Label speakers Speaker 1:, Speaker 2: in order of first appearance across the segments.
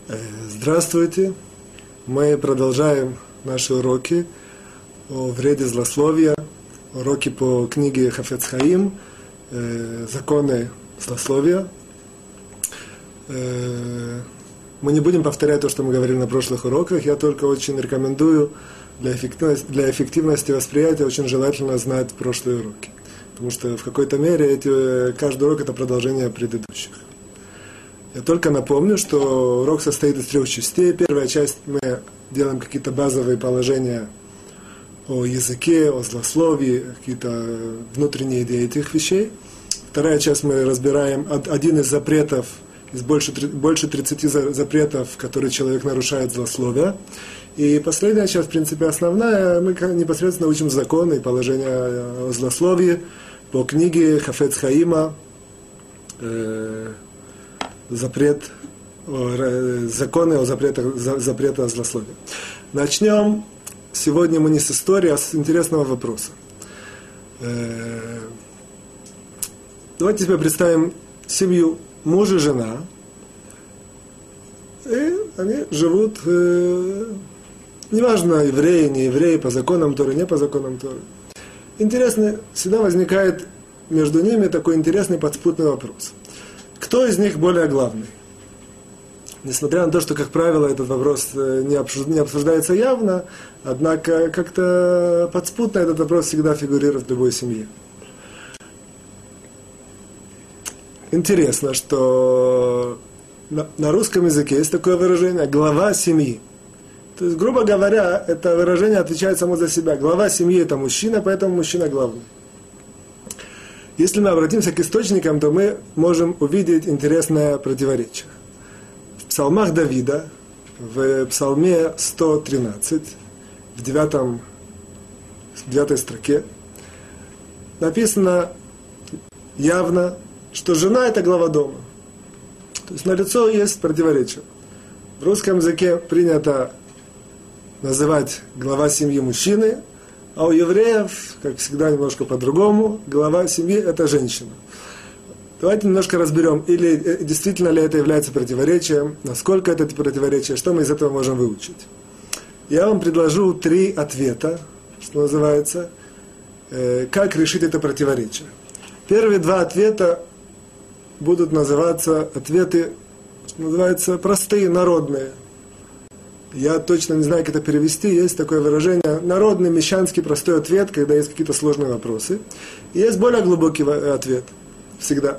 Speaker 1: Здравствуйте! Мы продолжаем наши уроки о вреде злословия, уроки по книге Хафец Хаим «Законы злословия». Мы не будем повторять то, что мы говорили на прошлых уроках, я только очень рекомендую для эффективности восприятия очень желательно знать прошлые уроки, потому что в какой-то мере каждый урок – это продолжение предыдущих. Я только напомню, что урок состоит из 3 частей. Первая часть мы делаем какие-то базовые положения о языке, о злословии, какие-то внутренние идеи этих вещей. Вторая часть мы разбираем один из запретов, из больше 30 запретов, которые человек нарушает злословия. И последняя часть, в принципе, основная, мы непосредственно учим законы и положения о злословии по книге Хафец Хаима законы о запретах злословия. Начнем сегодня мы не с истории, а с интересного вопроса. Давайте себе представим семью муж и жена, и они живут, неважно, евреи, не евреи, по законам Торы, не по законам Торы. Интересно, всегда возникает между ними такой интересный подспутный вопрос. Кто из них более главный? Несмотря на то, что, как правило, этот вопрос не обсуждается явно, однако как-то подспутно этот вопрос всегда фигурирует в любой семье. Интересно, что на русском языке есть такое выражение «глава семьи». То есть, грубо говоря, это выражение отвечает само за себя. Глава семьи – это мужчина, поэтому мужчина главный. Если мы обратимся к источникам, то мы можем увидеть интересное противоречие. В псалмах Давида, в псалме 113, в 9 строке, написано явно, что жена – это глава дома. То есть налицо есть противоречие. В русском языке принято называть глава семьи мужчины, а у евреев, как всегда, немножко по-другому, глава семьи – это женщина. Давайте немножко разберем, или действительно ли это является противоречием, насколько это противоречие, что мы из этого можем выучить. Я вам предложу 3 ответа, что называется, как решить это противоречие. Первые 2 ответа будут называться ответы, что называется, простые, народные. Я точно не знаю, как это перевести. Есть такое выражение народный, мещанский, простой ответ, когда есть какие-то сложные вопросы. И есть более глубокий ответ. Всегда.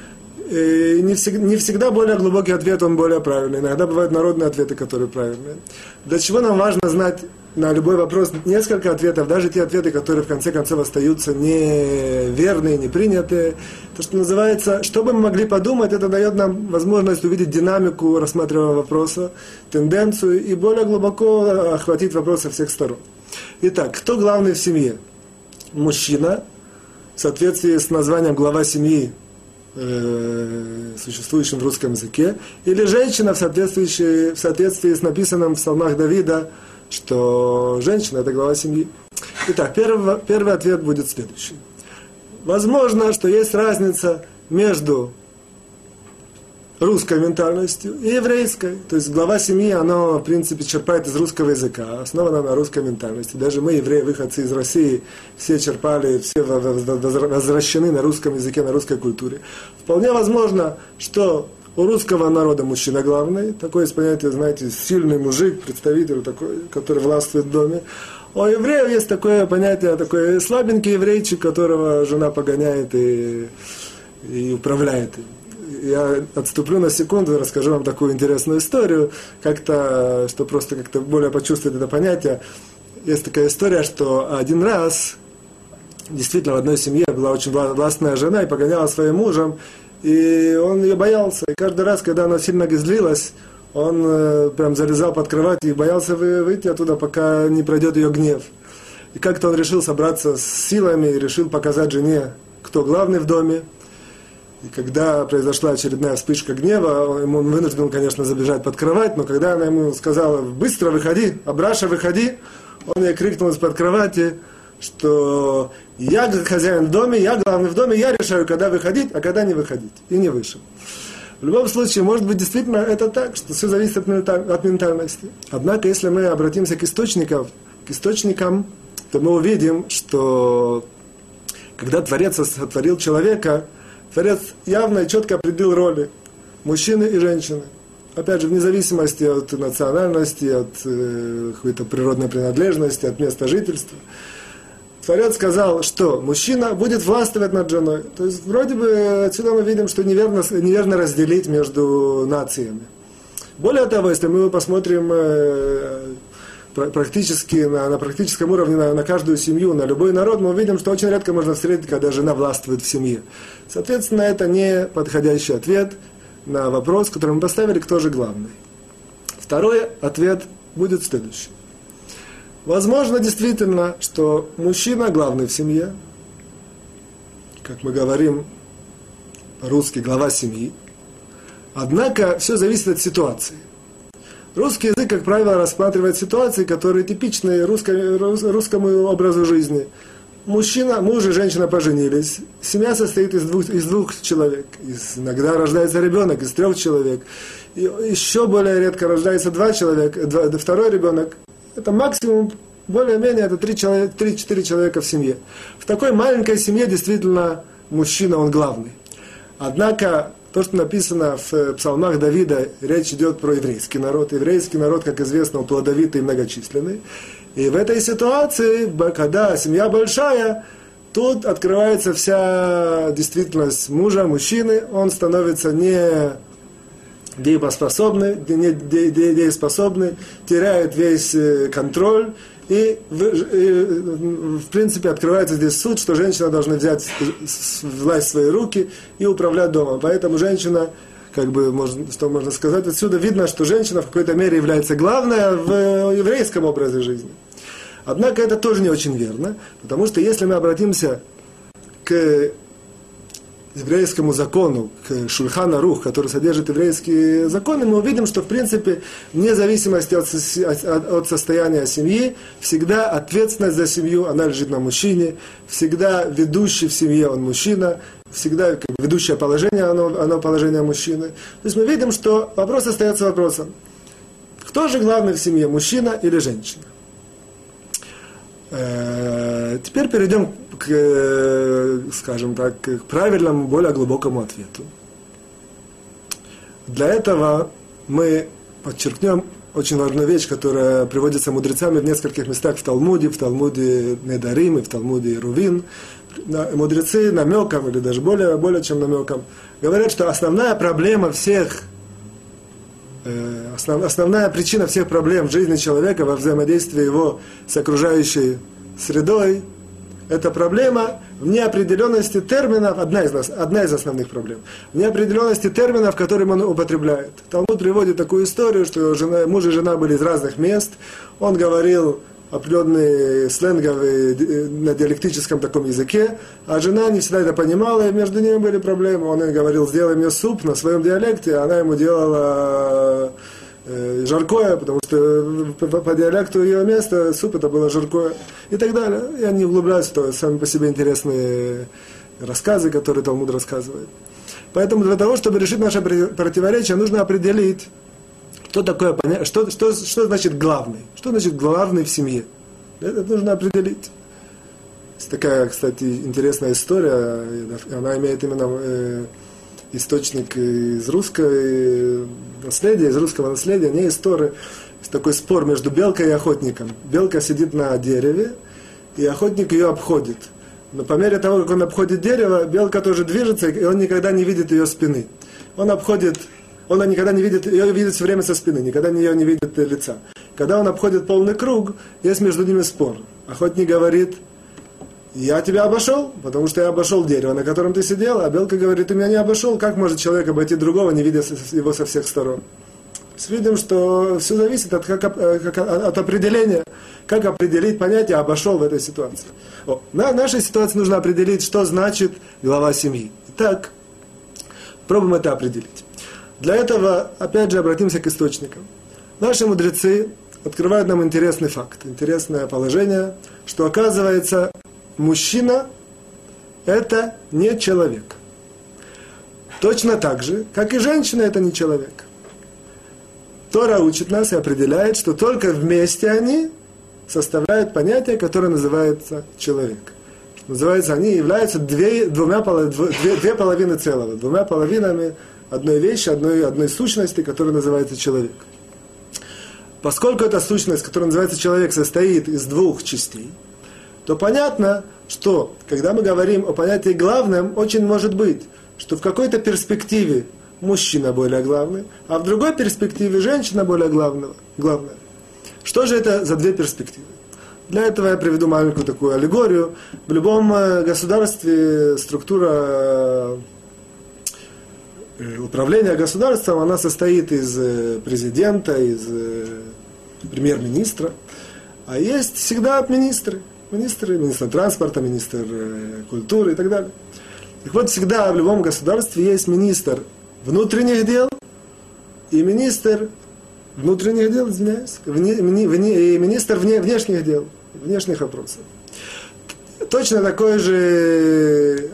Speaker 1: И не всегда более глубокий ответ, он более правильный. Иногда бывают народные ответы, которые правильные. Для чего нам важно знать на любой вопрос несколько ответов, даже те ответы, которые в конце концов остаются неверные, непринятые. То, что называется, чтобы мы могли подумать, это дает нам возможность увидеть динамику рассматриваемого вопроса, тенденцию и более глубоко охватить вопрос со всех сторон. Итак, кто главный в семье? Мужчина, в соответствии с названием глава семьи, существующим в русском языке, или женщина в соответствии с написанным в псалмах Давида, что женщина – это глава семьи. Итак, первый ответ будет следующий. Возможно, что есть разница между русской ментальностью и еврейской. То есть глава семьи, она, в принципе, черпает из русского языка, основана на русской ментальности. Даже мы, евреи, выходцы из России, все черпали, все возвращены на русском языке, на русской культуре. Вполне возможно, что у русского народа мужчина главный, такое есть понятие, знаете, сильный мужик, представитель такой, который властвует в доме. А у евреев есть такое понятие, такой слабенький еврейчик, которого жена погоняет и управляет им. Я отступлю на секунду и расскажу вам такую интересную историю, как-то, что просто как-то более почувствовать это понятие. Есть такая история, что один раз действительно в одной семье была очень властная жена и погоняла своим мужем, и он ее боялся. И каждый раз, когда она сильно злилась, он прям залезал под кровать и боялся выйти оттуда, пока не пройдет ее гнев. И как-то он решил собраться с силами и решил показать жене, кто главный в доме. И когда произошла очередная вспышка гнева, он вынужден, конечно, забежать под кровать, но когда она ему сказала: «Быстро выходи, Абраша, выходи», он ей крикнул из-под кровати, что «я хозяин в доме, я главный в доме, я решаю, когда выходить, а когда не выходить». И не вышел. В любом случае, может быть, действительно это так, что все зависит от ментальности. Однако, если мы обратимся к источникам, то мы увидим, что когда Творец сотворил человека, Творец явно и четко определил роли мужчины и женщины. Опять же, вне зависимости от национальности, от какой-то природной принадлежности, от места жительства. Творец сказал, что мужчина будет властвовать над женой. То есть, вроде бы, отсюда мы видим, что неверно разделить между нациями. Более того, если мы посмотрим практически на практическом уровне на каждую семью, на любой народ, мы увидим, что очень редко можно встретить, когда жена властвует в семье. Соответственно, это не подходящий ответ на вопрос, который мы поставили, кто же главный. Второй ответ будет следующий. Возможно, действительно, что мужчина главный в семье, как мы говорим по-русски, глава семьи. Однако все зависит от ситуации. Русский язык, как правило, рассматривает ситуации, которые типичны русскому образу жизни. Мужчина, муж и женщина поженились. Семья состоит из двух человек. Иногда рождается ребенок из 3 человек. И еще более редко рождается 2 человека, второй ребенок. Это максимум, более-менее, это 3-4 человека в семье. В такой маленькой семье действительно мужчина, он главный. Однако, то, что написано в псалмах Давида, речь идет про еврейский народ. Еврейский народ, как известно, он плодовитый и многочисленный. И в этой ситуации, когда семья большая, тут открывается вся действительность мужа, мужчины. Он становится недееспособный, теряет весь контроль. И в принципе открывается здесь суд, что женщина должна взять власть в свои руки и управлять домом. Поэтому женщина, что можно сказать, отсюда видно, что женщина в какой-то мере является главной в еврейском образе жизни. Однако это тоже не очень верно, потому что если мы обратимся к еврейскому закону, к Шульхан Арух, который содержит еврейские законы, мы увидим, что, в принципе, вне зависимости от состояния семьи, всегда ответственность за семью, она лежит на мужчине, всегда ведущий в семье, он мужчина, всегда ведущее положение, оно положение мужчины. То есть мы видим, что вопрос остается вопросом. Кто же главный в семье, мужчина или женщина? Теперь перейдем к правильному, более глубокому ответу. Для этого мы подчеркнем очень важную вещь, которая приводится мудрецами в нескольких местах в Талмуде Недарим и в Талмуде Рувин. Мудрецы намеком, или даже более чем намеком, говорят, что основная причина всех проблем в жизни человека, во взаимодействии его с окружающей средой, это проблема в неопределенности терминов, одна из основных проблем, в неопределенности терминов, которые он употребляет. Талмуд приводит такую историю, что муж и жена были из разных мест, он говорил определенные сленговые на диалектическом таком языке, а жена не всегда это понимала, и между ними были проблемы. Он ей говорил: сделай мне суп на своем диалекте, а она ему делала жаркое, потому что по диалекту ее места суп это было жаркое, и так далее. Я не углубляюсь в то, сами по себе интересные рассказы, которые Талмуд рассказывает. Поэтому для того, чтобы решить наше противоречие, нужно определить, что значит главный? Что значит главный в семье? Это нужно определить. Есть такая, кстати, интересная история. Она имеет именно источник из русского наследия, не истории. Есть такой спор между белкой и охотником. Белка сидит на дереве, и охотник ее обходит. Но по мере того, как он обходит дерево, белка тоже движется, и он никогда не видит ее спины. Он никогда не видит, ее видит все время со спины, никогда ее не видит лица. Когда он обходит полный круг, есть между ними спор. Охотник говорит: я тебя обошел, потому что я обошел дерево, на котором ты сидел, а белка говорит: ты меня не обошел, как может человек обойти другого, не видя его со всех сторон? Видим, что все зависит от определения, как определить понятие «обошел» в этой ситуации. В нашей ситуации нужно определить, что значит глава семьи. Итак, пробуем это определить. Для этого, опять же, обратимся к источникам. Наши мудрецы открывают нам интересный факт, интересное положение, что, оказывается, мужчина – это не человек. точно так же, как и женщина это не человек. Тора учит нас и определяет, что только вместе они составляют понятие, которое называется человек. Называется, они являются две половины целого, двумя половинами одной вещи, одной сущности, которая называется человек. Поскольку эта сущность, которая называется человек, состоит из двух частей, то понятно, что, когда мы говорим о понятии главном, очень может быть, что в какой-то перспективе мужчина более главный, а в другой перспективе женщина более главная. Что же это за две перспективы? Для этого я приведу маленькую такую аллегорию. В любом государстве структура управления государством, она состоит из президента, из премьер-министра, а есть всегда министры. Министр транспорта, министр культуры и так далее. Так вот, всегда в любом государстве есть министр внутренних дел и министр внутренних дел, извиняюсь, и министр внешних дел, внешних вопросов. Точно такое же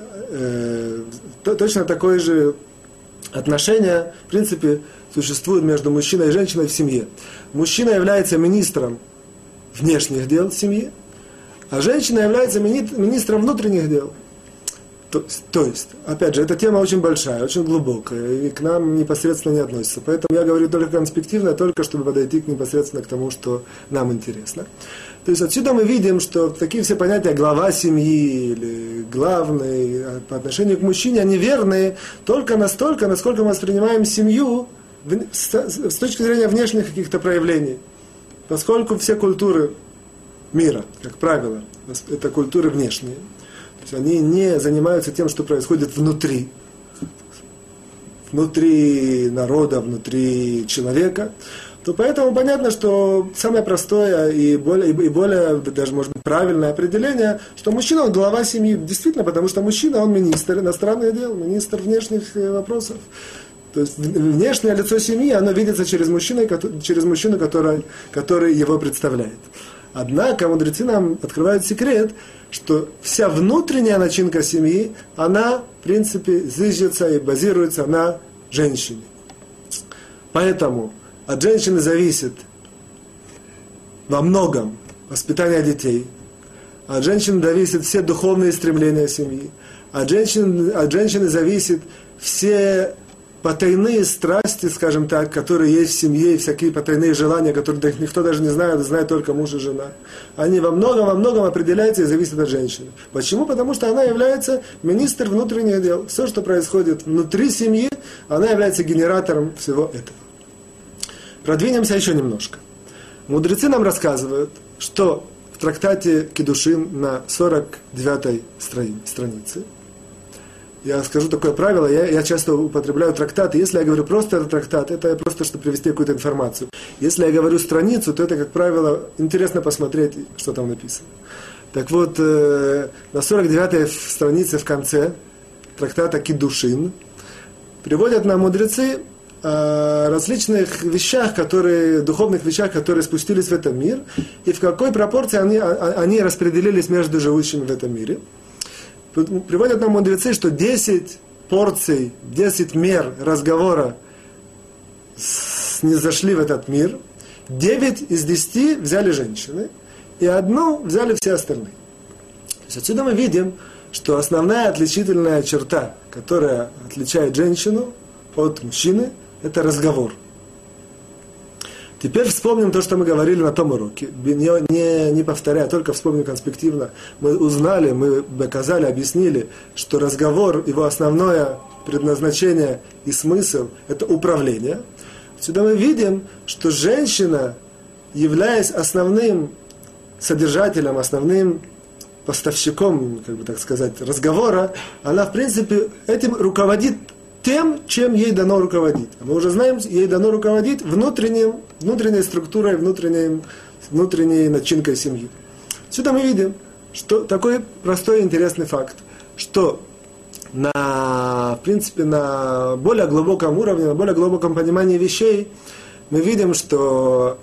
Speaker 1: отношение, в принципе, существует между мужчиной и женщиной в семье. Мужчина является министром внешних дел в семье, а женщина является министром внутренних дел. То есть, опять же, эта тема очень большая, очень глубокая, и к нам непосредственно не относится. Поэтому я говорю только конспективно, только чтобы подойти непосредственно к тому, что нам интересно. То есть отсюда мы видим, что такие все понятия глава семьи или главный по отношению к мужчине, они верные только настолько, насколько мы воспринимаем семью с точки зрения внешних каких-то проявлений. Поскольку все культуры мира, как правило, это культуры внешние. То есть они не занимаются тем, что происходит внутри народа, внутри человека, то поэтому понятно, что самое простое и более даже, может быть, правильное определение, что мужчина, он глава семьи, действительно, потому что мужчина, он министр иностранных дел, министр внешних вопросов. То есть внешнее лицо семьи, оно видится через мужчину, который его представляет. Однако мудрецы нам открывают секрет, что вся внутренняя начинка семьи, она, в принципе, зиждется и базируется на женщине. Поэтому от женщины зависит во многом воспитание детей, от женщины зависят все духовные стремления семьи, от женщины зависят все потайные страсти, скажем так, которые есть в семье, и всякие потайные желания, которые никто даже не знает, знает только муж и жена. Они во многом определяются и зависят от женщины. Почему? Потому что она является министр внутренних дел. Все, что происходит внутри семьи, она является генератором всего этого. Продвинемся еще немножко. Мудрецы нам рассказывают, что в трактате Кидушин на 49-й странице, я скажу такое правило, я часто употребляю трактаты. Если я говорю просто это трактат, это просто, чтобы привести какую-то информацию. Если я говорю страницу, то это, как правило, интересно посмотреть, что там написано. Так вот, на 49-й странице в конце трактата Кидушин приводят нам мудрецы о различных вещах, духовных вещах, которые спустились в этот мир, и в какой пропорции они распределились между живущими в этом мире. Приводят нам мудрецы, что 10 порций, 10 мер разговора не зашли в этот мир, 9 из 10 взяли женщины, и одну взяли все остальные. То есть отсюда мы видим, что основная отличительная черта, которая отличает женщину от мужчины, это разговор. Теперь вспомним то, что мы говорили на том уроке. Не повторяя, только вспомним конспективно. Мы узнали, мы доказали, объяснили, что разговор, его основное предназначение и смысл – это управление. Сюда мы видим, что женщина, являясь основным содержателем, основным поставщиком, как бы так сказать, разговора, она, в принципе, этим руководит тем, чем ей дано руководить. Мы уже знаем, ей дано руководить внутренней структурой, внутренней начинкой семьи. Сюда мы видим, что такой простой и интересный факт, что в принципе, на более глубоком уровне, на более глубоком понимании вещей, мы видим, что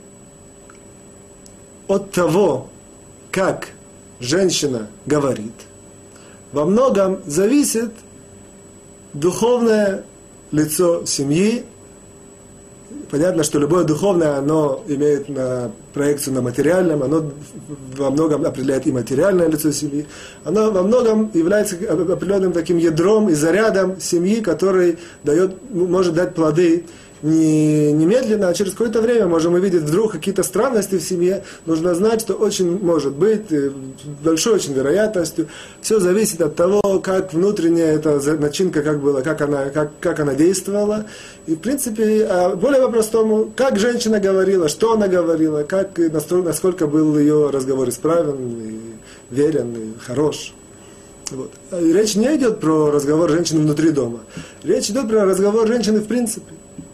Speaker 1: от того, как женщина говорит, во многом зависит духовное лицо семьи. Понятно, что любое духовное, оно имеет проекцию на материальном, оно во многом определяет и материальное лицо семьи. Оно во многом является определенным таким ядром и зарядом семьи, который может дать плоды не немедленно, а через какое-то время можем увидеть вдруг какие-то странности в семье. Нужно знать, что очень может быть, большой очень вероятностью. Все зависит от того, как внутренняя эта начинка, как она действовала. И в принципе, более по-простому, как женщина говорила, что она говорила, насколько был ее разговор исправен, верен, и хорош. Вот. И речь не идет про разговор женщины внутри дома. Речь идет про разговор женщины в принципе.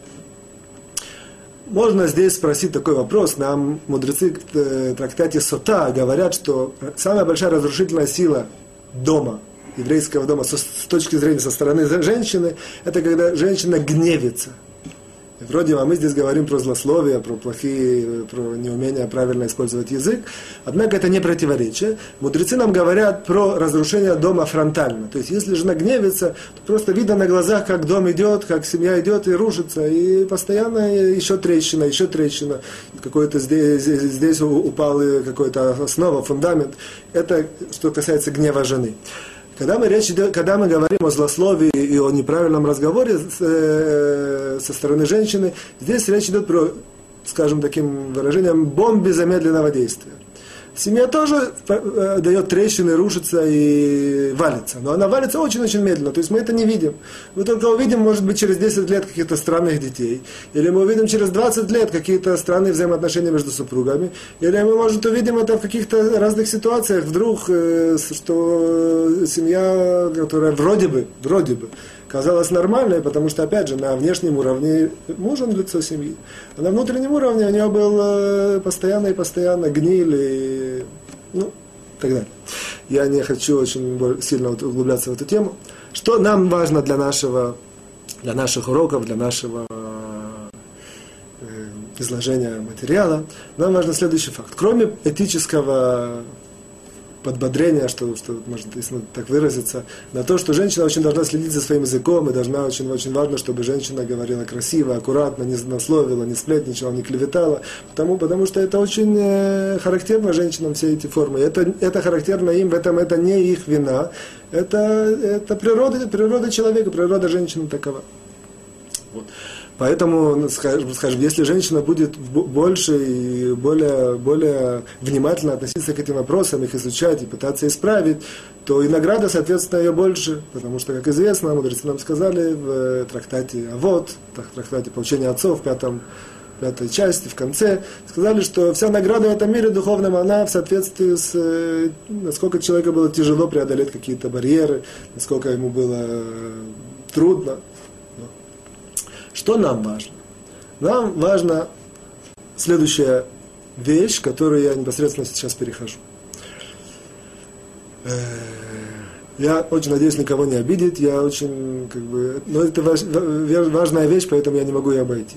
Speaker 1: Можно здесь спросить такой вопрос. Нам мудрецы в трактате Сота говорят, что самая большая разрушительная сила дома, еврейского дома, с точки зрения со стороны женщины, это когда женщина гневится. Вроде мы здесь говорим про злословие, про неумение правильно использовать язык, однако это не противоречие. Мудрецы нам говорят про разрушение дома фронтально. То есть, если жена гневится, то просто видно на глазах, как дом идет, как семья идет и рушится, и постоянно еще трещина. Какой-то здесь упал какой-то основа, фундамент. Это что касается гнева жены. Когда мы говорим о злословии и о неправильном разговоре со стороны женщины, здесь речь идет про, скажем таким выражением, бомбе замедленного действия. Семья тоже дает трещины, рушится и валится. Но она валится очень-очень медленно. То есть мы это не видим. Мы только увидим, может быть, через 10 лет каких-то странных детей. Или мы увидим через 20 лет какие-то странные взаимоотношения между супругами. Или мы, может, увидим это в каких-то разных ситуациях. Вдруг, что семья, которая вроде бы казалась нормальной, потому что, опять же, на внешнем уровне муж он лицо семьи, а на внутреннем уровне у него был постоянно гниль и так далее. Я не хочу очень сильно углубляться в эту тему. Что нам важно для наших уроков, для нашего изложения материала? Нам важен следующий факт. Кроме этического подбодрения, что может, если так выразиться, на то, что женщина очень должна следить за своим языком, и должна очень важно, чтобы женщина говорила красиво, аккуратно, не злословила, не сплетничала, не клеветала, потому что это очень характерно женщинам, все эти формы. Это характерно им, в этом это не их вина, это природа человека, природа женщины такова. Вот. Поэтому, скажем, если женщина будет больше и более внимательно относиться к этим вопросам, их изучать и пытаться исправить, то и награда, соответственно, ее больше. Потому что, как известно, мудрецы нам сказали в трактате Авот, в трактате «Поучение отцов», пятой части, в конце, сказали, что вся награда в этом мире духовном, она в соответствии с насколько человеку было тяжело преодолеть какие-то барьеры, насколько ему было трудно. Что нам важно? Нам важна следующая вещь, к которой я непосредственно сейчас перехожу. Я очень надеюсь никого не обидеть, но это важная вещь, поэтому я не могу ее обойти.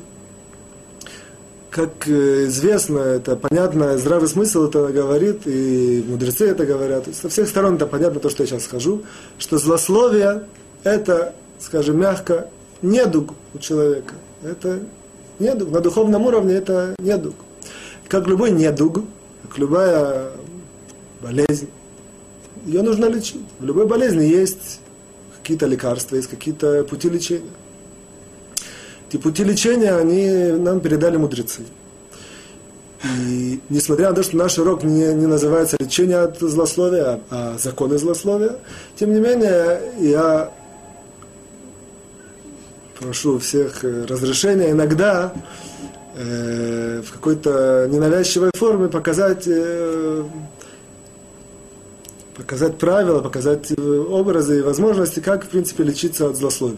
Speaker 1: Как известно, это понятно, здравый смысл это говорит, и мудрецы это говорят. Со всех сторон это понятно, то, что я сейчас скажу, что злословие это, скажем мягко, недуг у человека. Это недуг. На духовном уровне это недуг. Как любой недуг, как любая болезнь, ее нужно лечить. В любой болезни есть какие-то лекарства, есть какие-то пути лечения. Эти пути лечения, они нам передали мудрецы. И несмотря на то, что наш урок не называется лечение от злословия, а законы злословия, тем не менее, я прошу всех разрешения иногда в какой-то ненавязчивой форме показать правила, показать образы и возможности, как, в принципе, лечиться от злословия.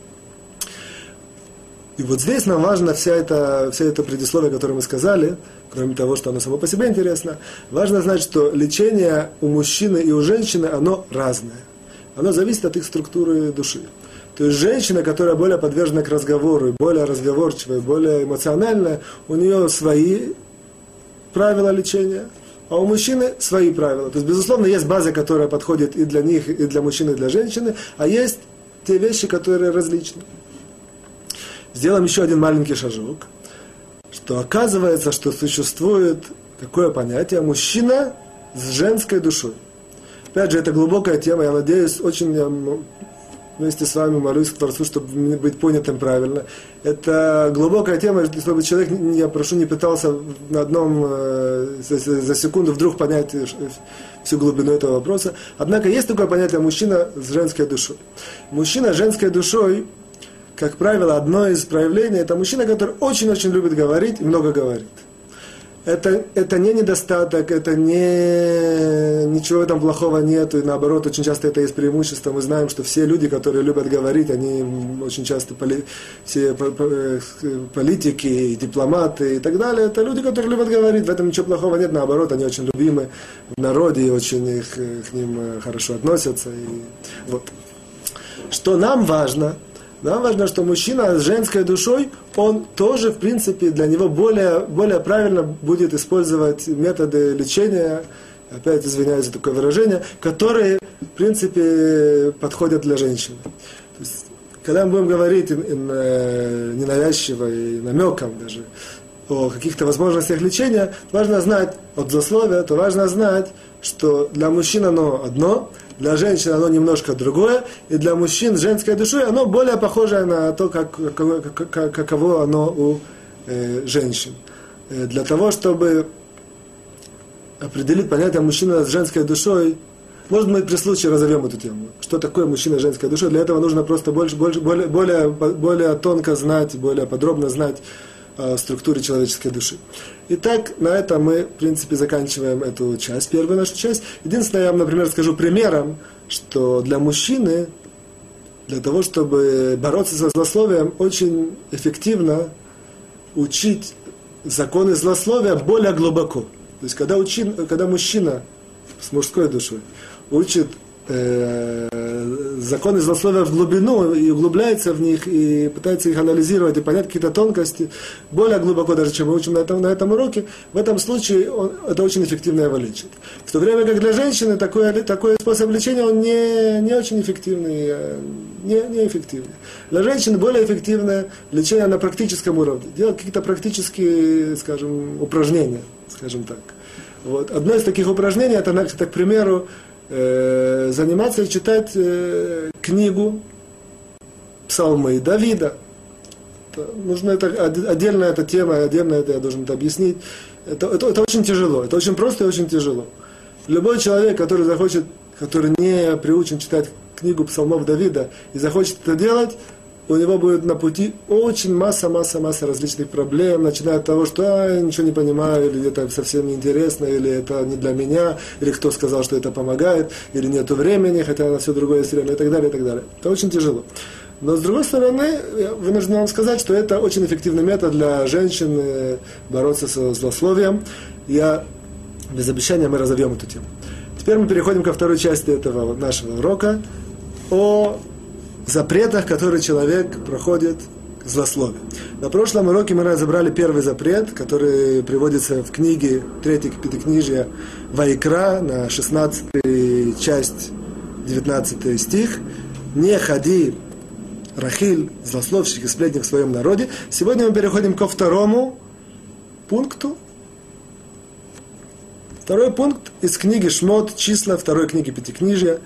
Speaker 1: И вот здесь нам важно все это предисловие, которое мы сказали, кроме того, что оно само по себе интересно, важно знать, что лечение у мужчины и у женщины, оно разное. Оно зависит от их структуры души. То есть женщина, которая более подвержена к разговору, более разговорчивая, более эмоциональная, у нее свои правила лечения, а у мужчины свои правила. То есть, безусловно, есть база, которая подходит и для них, и для мужчины, и для женщины, а есть те вещи, которые различны. Сделаем еще один маленький шажок, что оказывается, что существует такое понятие мужчина с женской душой. Опять же, это глубокая тема, я надеюсь, очень я вместе с вами молюсь к Творцу, чтобы быть понятым правильно. Это глубокая тема, чтобы человек, я прошу, не пытался на одном за секунду вдруг понять всю глубину этого вопроса. Однако есть такое понятие мужчина с женской душой. Мужчина с женской душой, как правило, одно из проявлений, это мужчина, который очень-очень любит говорить и много говорит. Это не недостаток, это не ничего в этом плохого нет, и наоборот, очень часто это есть преимущество. Мы знаем, что все люди, которые любят говорить, они очень часто все политики, дипломаты и так далее, это люди, которые любят говорить, в этом ничего плохого нет, наоборот, они очень любимы в народе, и очень к ним хорошо относятся. И вот. Что нам важно, что мужчина с женской душой, он тоже, в принципе, для него более правильно будет использовать методы лечения, опять извиняюсь за такое выражение, которые, в принципе, подходят для женщины. То есть, когда мы будем говорить ненавязчиво и намеком даже о каких-то возможностях лечения, важно знать от злословия, то важно знать, что для мужчин оно одно, для женщин оно немножко другое, и для мужчин с женской душой оно более похожее на то, каково оно у женщин. Для того, чтобы определить понятие мужчина с женской душой, может, мы при случае разовьем эту тему. Что такое мужчина с женской душой? Для этого нужно просто более тонко знать, более подробно знать о структуре человеческой души. Итак, на этом мы, в принципе, заканчиваем эту часть, первую нашу часть. Единственное, я вам, например, скажу примером, что для мужчины, для того, чтобы бороться со злословием, очень эффективно учить законы злословия более глубоко. То есть, когда мужчина с мужской душой учит законы злословия в глубину и углубляется в них и пытается их анализировать и понять какие-то тонкости более глубоко, даже чем мы учим на этом уроке, в этом случае это очень эффективно его лечит. В то время как для женщины такой способ лечения он не очень эффективный, неэффективный. Для женщины более эффективное лечение на практическом уровне, делать какие-то практические, скажем, упражнения, скажем так. Вот. Одно из таких упражнений, это, к примеру, заниматься и читать книгу Псалмы Давида. Отдельная эта тема, отдельно это я должен это объяснить. Это очень тяжело, это очень просто и очень тяжело. Любой человек, который не приучен читать книгу Псалмов Давида и захочет это делать, у него будет на пути очень масса различных проблем, начиная от того, что я ничего не понимаю, или это совсем неинтересно, или это не для меня, или кто сказал, что это помогает, или нету времени, хотя на все другое есть время, и так далее, и так далее. Это очень тяжело. Но с другой стороны, я вынужден вам сказать, что это очень эффективный метод для женщин бороться со злословием. Без обещания мы разовьем эту тему. Теперь мы переходим ко второй части этого нашего урока о запретах, которые человек проходит злословие. На прошлом уроке мы разобрали первый запрет, который приводится в книге 3 Пятикнижия Ваикра, на 16 часть, 19 стих. «Не ходи, Рахиль, злословщик и сплетник в своем народе». Сегодня мы переходим ко второму пункту. Второй пункт из книги Шмот, числа, второй книги Пятикнижия,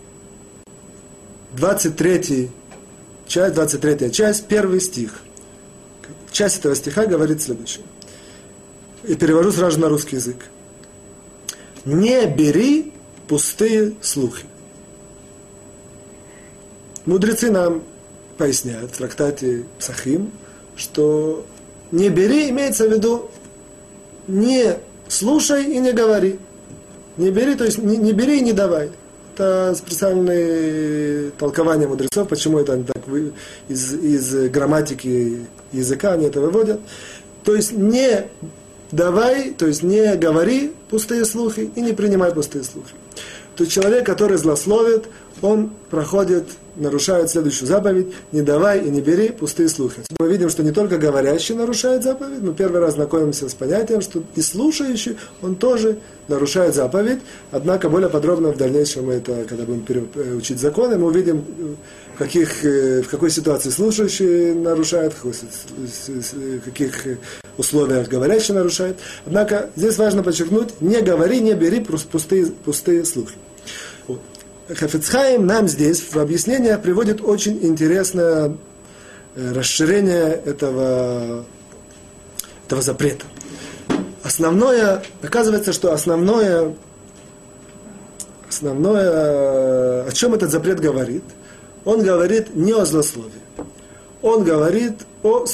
Speaker 1: 23 часть, первый стих. Часть этого стиха говорит следующее. И перевожу сразу на русский язык. «Не бери пустые слухи». Мудрецы нам поясняют в трактате Псахим, что «не бери» имеется в виду «не слушай и не говори». Не бери, то есть не бери и не давай. Это специальное толкование мудрецов, почему это они так из грамматики языка они это выводят. То есть не давай, то есть не говори пустые слухи и не принимай пустые слухи. То есть человек, который злословит, он нарушает следующую заповедь: не давай и не бери пустые слухи. Отсюда мы видим, что не только говорящий нарушает заповедь, мы первый раз знакомимся с понятием, что и слушающий, он тоже нарушает заповедь. Однако более подробно в дальнейшем, когда будем учить законы, мы увидим, в какой ситуации слушающий нарушает, в каких условиях говорящий нарушает. Однако здесь важно подчеркнуть: не говори, не бери пустые слухи. Вот. Хафец Хаим нам здесь в объяснениях приводит очень интересное расширение этого запрета. Оказывается, что основное, о чем этот запрет говорит, он говорит не о злословии. Он говорит о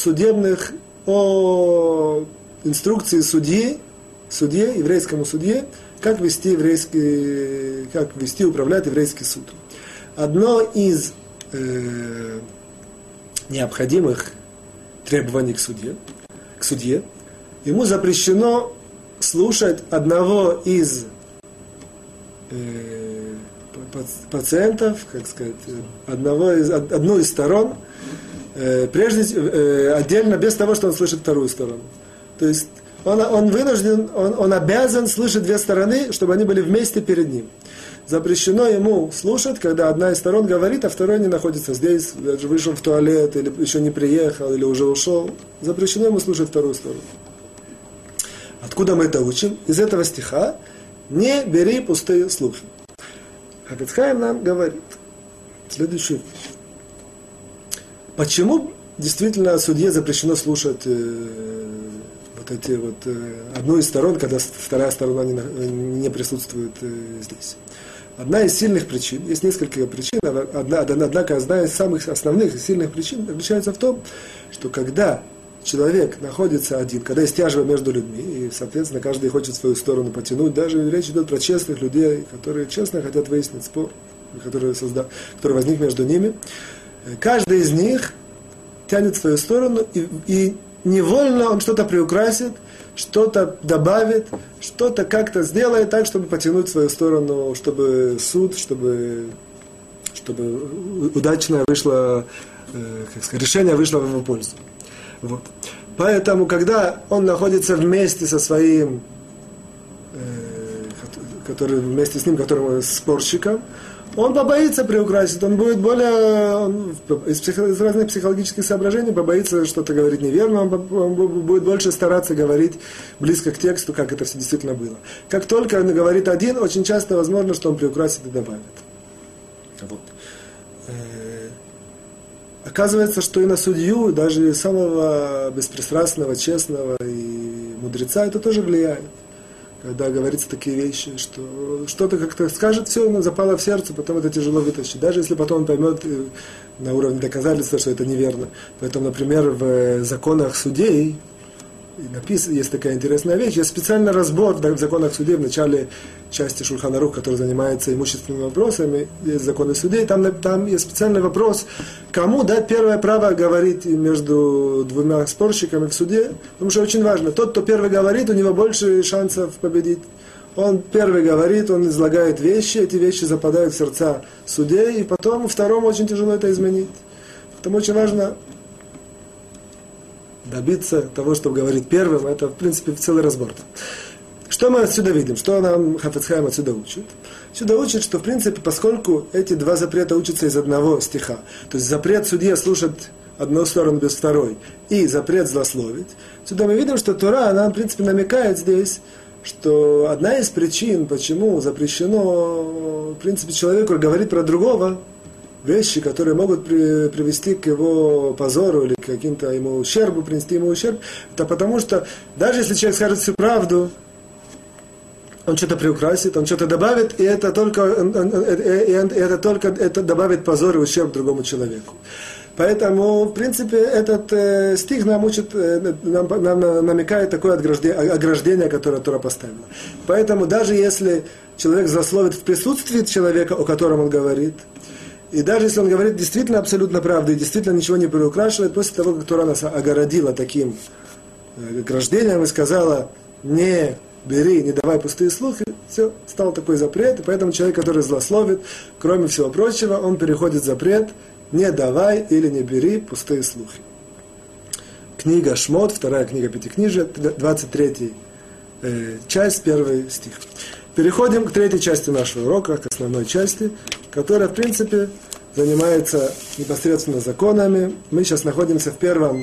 Speaker 1: инструкции судье, еврейскому судье, как вести управлять еврейский суд. Одно из необходимых требований к судье, ему запрещено слушать одного из пациентов, одну из сторон, отдельно, без того, что он слышит вторую сторону. То есть он вынужден, он обязан слышать две стороны, чтобы они были вместе перед ним. Запрещено ему слушать, когда одна из сторон говорит, а второй не находится здесь, даже вышел в туалет, или еще не приехал, или уже ушел. Запрещено ему слушать вторую сторону. Откуда мы это учим? Из этого стиха: не бери пустые слухи. Хафец Хаим нам говорит следующую вещь. Почему действительно судье запрещено слушать одну из сторон, когда вторая сторона не присутствует здесь? Одна из сильных причин, есть несколько причин, однако одна из самых основных и сильных причин заключается в том, что когда человек находится один, когда есть тяжба между людьми, и, соответственно, каждый хочет свою сторону потянуть, даже речь идет про честных людей, которые честно хотят выяснить спор, который возник между ними, каждый из них тянет свою сторону, и невольно он что-то приукрасит, что-то добавит, что-то как-то сделает так, чтобы потянуть свою сторону, чтобы суд, чтобы удачное вышло, решение вышло в его пользу. Вот. Поэтому, когда он находится вместе со своим, вместе с ним, которому спорщиком, он побоится приукрасить, он будет из разных психологических соображений побоится что-то говорить неверно, он будет больше стараться говорить близко к тексту, как это все действительно было. Как только он говорит один, очень часто возможно, что он приукрасит и добавит. Вот. Оказывается, что и на судью, даже самого беспристрастного, честного и мудреца, это тоже влияет. Когда говорится такие вещи, что что-то как-то скажет, все, ему запало в сердце, потом это тяжело вытащить. Даже если потом он поймет на уровне доказательства, что это неверно. Поэтому, например, в законах судей есть такая интересная вещь. Есть специальный разбор в законах судей в начале части Шульхан Арух, который занимается имущественными вопросами. Есть законы судей. Там есть специальный вопрос, кому дать первое право говорить между двумя спорщиками в суде. Потому что очень важно. Тот, кто первый говорит, у него больше шансов победить. Он первый говорит, он излагает вещи, эти вещи западают в сердца судей, и потом второму очень тяжело это изменить. Поэтому очень важно добиться того, чтобы говорить первым, это, в принципе, целый разбор. Что мы отсюда видим? Что нам Хафец Хаим отсюда учит? Отсюда учит, что, в принципе, поскольку эти два запрета учатся из одного стиха, то есть запрет судье слушать одну сторону без второй, и запрет злословить, отсюда мы видим, что Тора, она, в принципе, намекает здесь, что одна из причин, почему запрещено, в принципе, человеку говорить про другого, вещи, которые могут привести к его позору или к каким-то ему ущербу, принести ему ущерб, это потому что даже если человек скажет всю правду, он что-то приукрасит, он что-то добавит, и это добавит позор и ущерб другому человеку. Поэтому, в принципе, этот стих нам учит, нам намекает такое ограждение, которое Тора поставила. Поэтому даже если человек злословит в присутствии человека, о котором он говорит, и даже если он говорит действительно абсолютно правду и действительно ничего не приукрашивает, после того, как Тора нас огородила таким ограждением и сказала: не бери, не давай пустые слухи, Все, стал такой запрет, и поэтому человек, который злословит, кроме всего прочего, он переходит запрет «не давай или не бери пустые слухи». Книга Шмот, вторая книга Пятикнижия, 23 часть, 1 стих. Переходим к третьей части нашего урока, к основной части, которая, в принципе, занимается непосредственно законами. Мы сейчас находимся в первом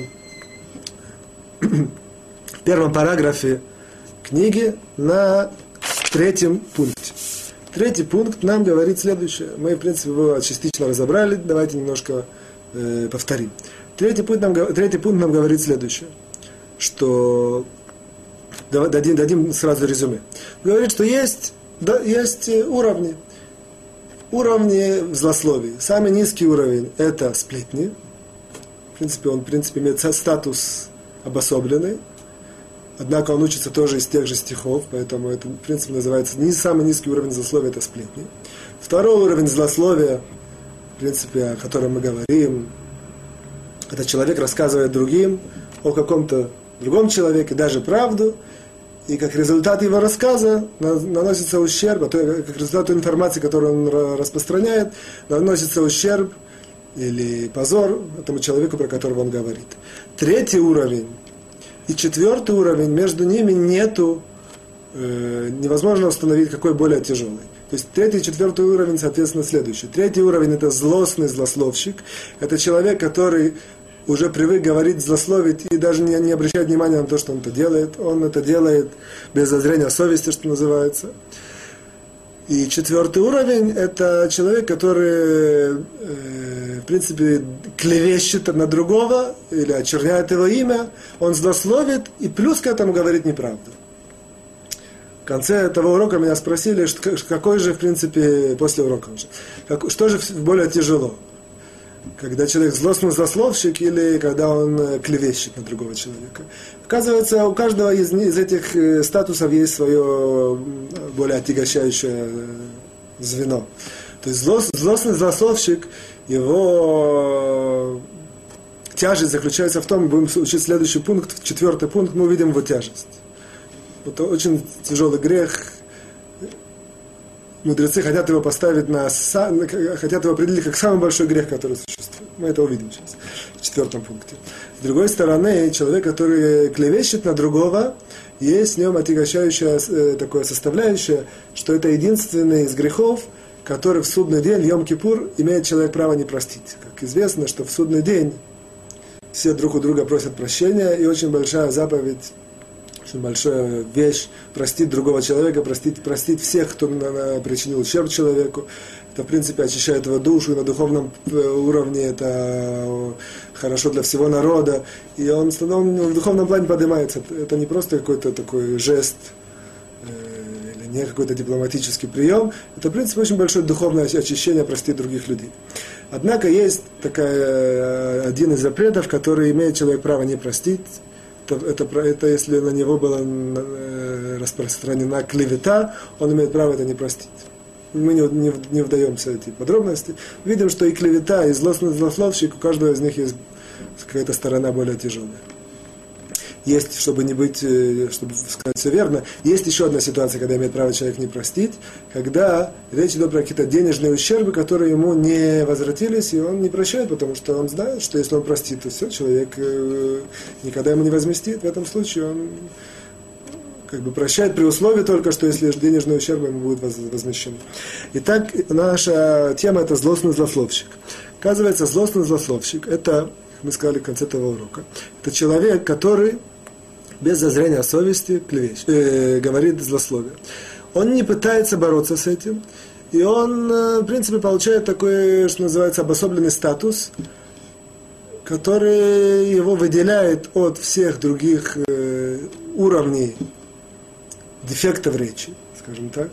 Speaker 1: параграфе книги на третьем пункте. Третий пункт нам говорит следующее. Мы, в принципе, его частично разобрали. Давайте немножко повторим. Третий пункт нам говорит следующее. Что... Дадим сразу резюме. Говорит, что есть уровни. Уровни в злословии. Самый низкий уровень – это сплетни. В принципе, он имеет статус обособленный. Однако он учится тоже из тех же стихов, поэтому это, в принципе, называется самый низкий уровень злословия – это сплетни. Второй уровень злословия, в принципе, о котором мы говорим, это человек рассказывает другим о каком-то другом человеке, даже правду, и как результат его рассказа наносится ущерб, а то как результат той информации, которую он распространяет, наносится ущерб или позор этому человеку, про которого он говорит. Третий уровень и четвертый уровень, между ними невозможно установить, какой более тяжелый. То есть третий и четвертый уровень, соответственно, следующий. Третий уровень – это злостный злословщик. Это человек, который уже привык говорить, злословить и даже не обращает внимания на то, что он это делает. Он это делает без зазрения совести, что называется. И четвертый уровень – это человек, который, в принципе, клевещет на другого или очерняет его имя. Он злословит и плюс к этому говорит неправду. В конце этого урока меня спросили, какой же, в принципе, после урока уже, что же более тяжело? Когда человек злостный злословщик или когда он клевещет на другого человека. Оказывается, у каждого из этих статусов есть свое более отягощающее звено. То есть злостный злословщик, его тяжесть заключается в том, мы будем учить следующий пункт, четвертый пункт, мы увидим его тяжесть. Это очень тяжелый грех. Мудрецы хотят его поставить хотят его определить как самый большой грех, который существует. Мы это увидим сейчас, в четвертом пункте. С другой стороны, человек, который клевещет на другого, есть в нем отягощающая такое составляющее, что это единственный из грехов, который в судный день, Йом-Кипур, имеет человек право не простить. Как известно, что в судный день все друг у друга просят прощения, и очень большая заповедь, очень большая вещь простить другого человека, простить всех, кто причинил ущерб человеку. Это, в принципе, очищает его душу, и на духовном уровне это хорошо для всего народа. И он в духовном плане поднимается. Это не просто какой-то такой жест, или не какой-то дипломатический прием. Это, в принципе, очень большое духовное очищение простить других людей. Однако есть один из запретов, который имеет человек право не простить. Это если на него была распространена клевета, он имеет право это не простить. Мы не вдаемся в эти подробности. Видим, что и клевета, и злостный злословщик, у каждого из них есть какая-то сторона более тяжелая. Есть, чтобы сказать все верно, есть еще одна ситуация, когда имеет право человек не простить, когда речь идет про какие-то денежные ущербы, которые ему не возвратились, и он не прощает, потому что он знает, что если он простит, то все, человек никогда ему не возместит. В этом случае он прощает при условии только, что если денежные ущербы ему будут возмещены. Итак, наша тема – это злостный злословщик. Оказывается, злостный злословщик – это, мы сказали в конце этого урока, это человек, который без зазрения совести говорит злословие. Он не пытается бороться с этим, и он, в принципе, получает такой, что называется, обособленный статус, который его выделяет от всех других уровней дефектов речи, скажем так.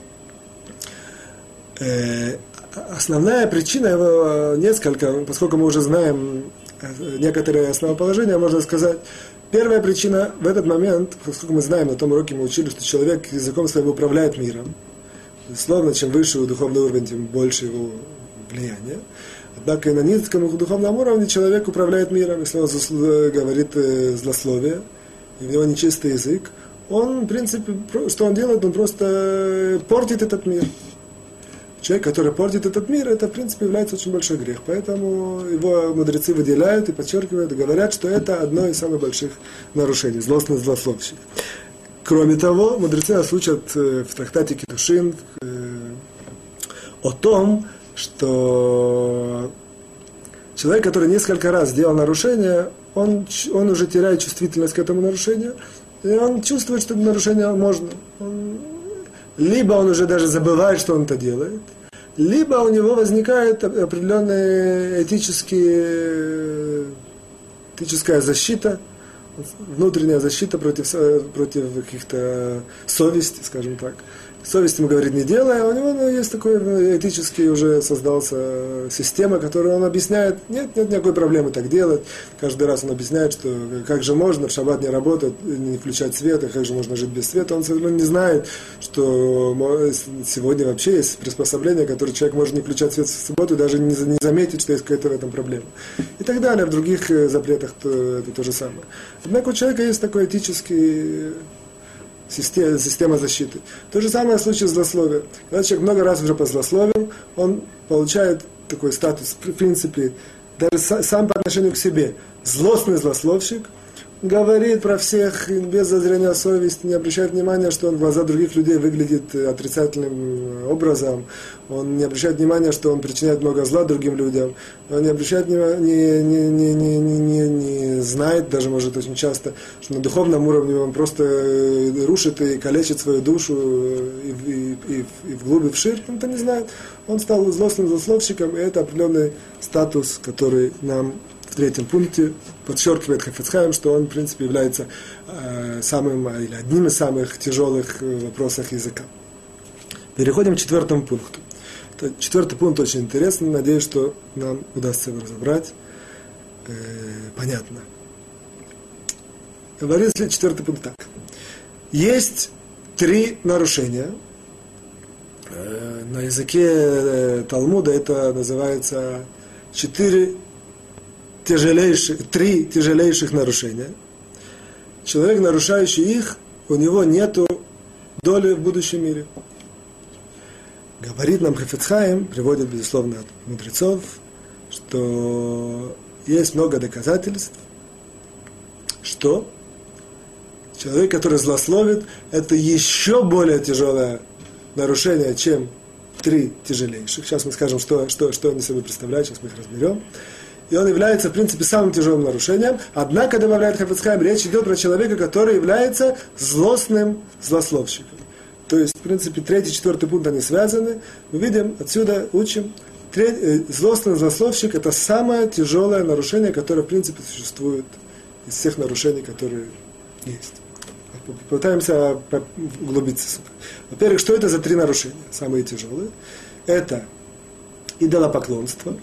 Speaker 1: Основная причина его несколько, поскольку мы уже знаем некоторые основоположения, можно сказать. Первая причина в этот момент, поскольку мы знаем, на том уроке мы учили, что человек языком своим управляет миром. Безусловно, чем выше его духовный уровень, тем больше его влияние. Однако и на низком духовном уровне человек управляет миром. Если он говорит злословие, и у него нечистый язык, он, в принципе, что он делает? Он просто портит этот мир. Человек, который портит этот мир, это, в принципе, является очень большой грех. Поэтому его мудрецы выделяют и подчеркивают, и говорят, что это одно из самых больших нарушений, злостный злословщик. Кроме того, мудрецы нас учат в трактате Кидушин о том, что человек, который несколько раз сделал нарушение, он уже теряет чувствительность к этому нарушению, и он чувствует, что это нарушение можно. Либо он уже даже забывает, что он это делает, либо у него возникает определенная этическая защита, внутренняя защита против каких-то совести, скажем так. Совесть ему говорит, не делай, а у него есть такой этический уже создался система, которую он объясняет, нет никакой проблемы так делать. Каждый раз он объясняет, что как же можно в шаббат не работать, не включать свет, а как же можно жить без света. Он совершенно не знает, что сегодня вообще есть приспособление, которое человек может не включать свет в субботу и даже не заметить, что есть какая-то в этом проблема. И так далее. В других запретах это то же самое. Однако у человека есть такой этический система защиты. То же самое в случае злословия. Когда человек много раз уже позлословил, он получает такой статус, в принципе, даже сам по отношению к себе. Злостный злословщик говорит про всех без зазрения совести, не обращает внимания, что он в глаза других людей выглядит отрицательным образом. Он не обращает внимания, что он причиняет много зла другим людям. Он не обращает внимания, не знает, даже может очень часто, что на духовном уровне он просто рушит и калечит свою душу и вглубь, и вширь. Он это не знает. Он стал злостным злословщиком, и это определенный статус, который нам в третьем пункте подчеркивает Хафец Хаим, что он, в принципе, является самым или одним из самых тяжелых вопросов языка. Переходим к четвертому пункту. Четвертый пункт очень интересный, надеюсь, что нам удастся его разобрать. Понятно. Говорится четвертый пункт так. Есть 3 нарушения. На языке Талмуда это называется 3 тяжелейших нарушения. Человек, нарушающий их, у него нет доли в будущем мире. Говорит нам Хафец Хаим, приводит, безусловно, от мудрецов, что есть много доказательств, что человек, который злословит, это еще более тяжелое нарушение, чем 3 тяжелейших. Сейчас мы скажем, что они собой представляют, сейчас мы их разберем. И он является, в принципе, самым тяжелым нарушением. Однако, добавляет Хафец Хаим, речь идет про человека, который является злостным злословщиком. То есть, в принципе, 3 и 4 пункт, они связаны. Мы видим, отсюда учим, злостный злословщик – это самое тяжелое нарушение, которое, в принципе, существует из всех нарушений, которые есть. Попытаемся углубиться сюда. Во-первых, что это за 3 нарушения, самые тяжелые? Это идолопоклонство,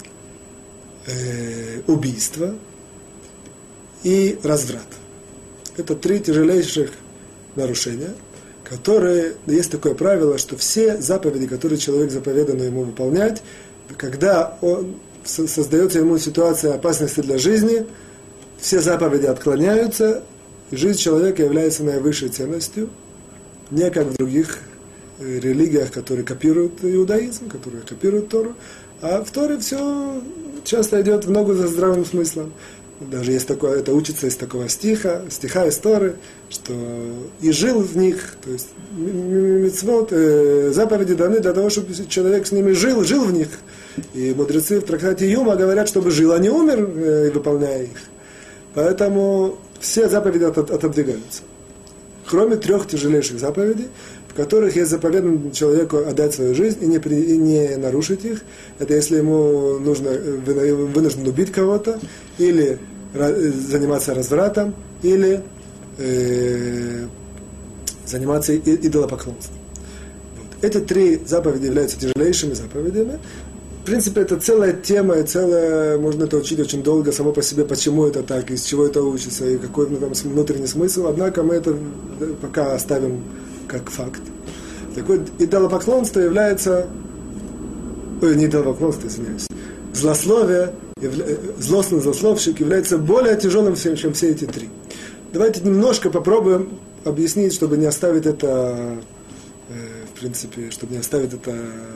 Speaker 1: убийство и разврат. Это 3 тяжелейших нарушения, которые, есть такое правило, что все заповеди, которые человек заповедано ему выполнять, когда он создается ему ситуация опасности для жизни, все заповеди отклоняются, и жизнь человека является наивысшей ценностью, не как в других религиях, которые копируют иудаизм, которые копируют Тору, а в Торе все часто идет в ногу за здравым смыслом. Даже есть такое, это учится из такого стиха из Торы, что и жил в них, то есть мицвот, заповеди даны для того, чтобы человек с ними жил в них. И мудрецы в трактате Юма говорят, чтобы жил, а не умер, выполняя их. Поэтому все заповеди отодвигаются. Кроме 3 тяжелейших заповедей, в которых есть заповедано человеку отдать свою жизнь и не нарушить их. Это если ему вынужден убить кого-то, или заниматься развратом, или заниматься идолопоклонством. Вот. Эти 3 заповеди являются тяжелейшими заповедями. В принципе, это целая тема, и можно это учить очень долго, само по себе, почему это так, из чего это учится, и какой там внутренний смысл. Однако мы это пока оставим как факт. Так вот, идолопоклонство является... не идолопоклонство, извиняюсь. Злословие, злостный злословщик является более тяжелым, чем все эти 3. Давайте немножко попробуем объяснить, чтобы не оставить это, в принципе, чтобы не оставить это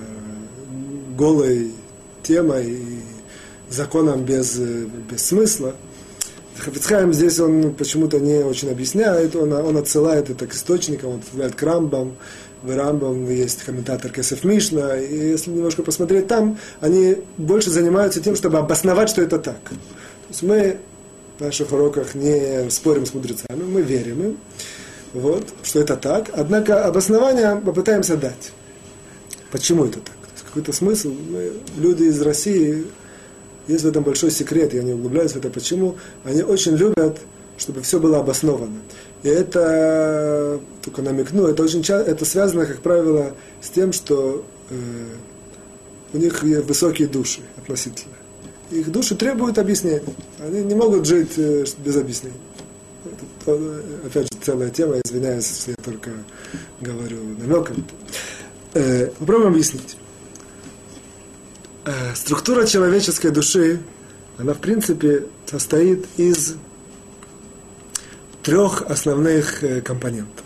Speaker 1: голой темой и законом без смысла. Хафец Хаим здесь он почему-то не очень объясняет, он отсылает это к источникам, он отсылает к Рамбам. В Рамбам есть комментатор Кесеф Мишна, и если немножко посмотреть там, они больше занимаются тем, чтобы обосновать, что это так. То есть мы в наших уроках не спорим с мудрецами, мы верим им, вот, что это так, однако обоснование попытаемся дать. Почему это так? То есть какой-то смысл. Люди из России, есть в этом большой секрет, я не углубляюсь в это, почему. Они очень любят, чтобы все было обосновано. И это, только намекну, это очень часто, это связано, как правило, с тем, что у них высокие души относительно. Их души требуют объяснений. Они не могут жить без объяснений. Это, опять же, целая тема, извиняюсь, если я только говорю намеком. Попробуем объяснить. Структура человеческой души, она в принципе состоит из 3 основных компонентов.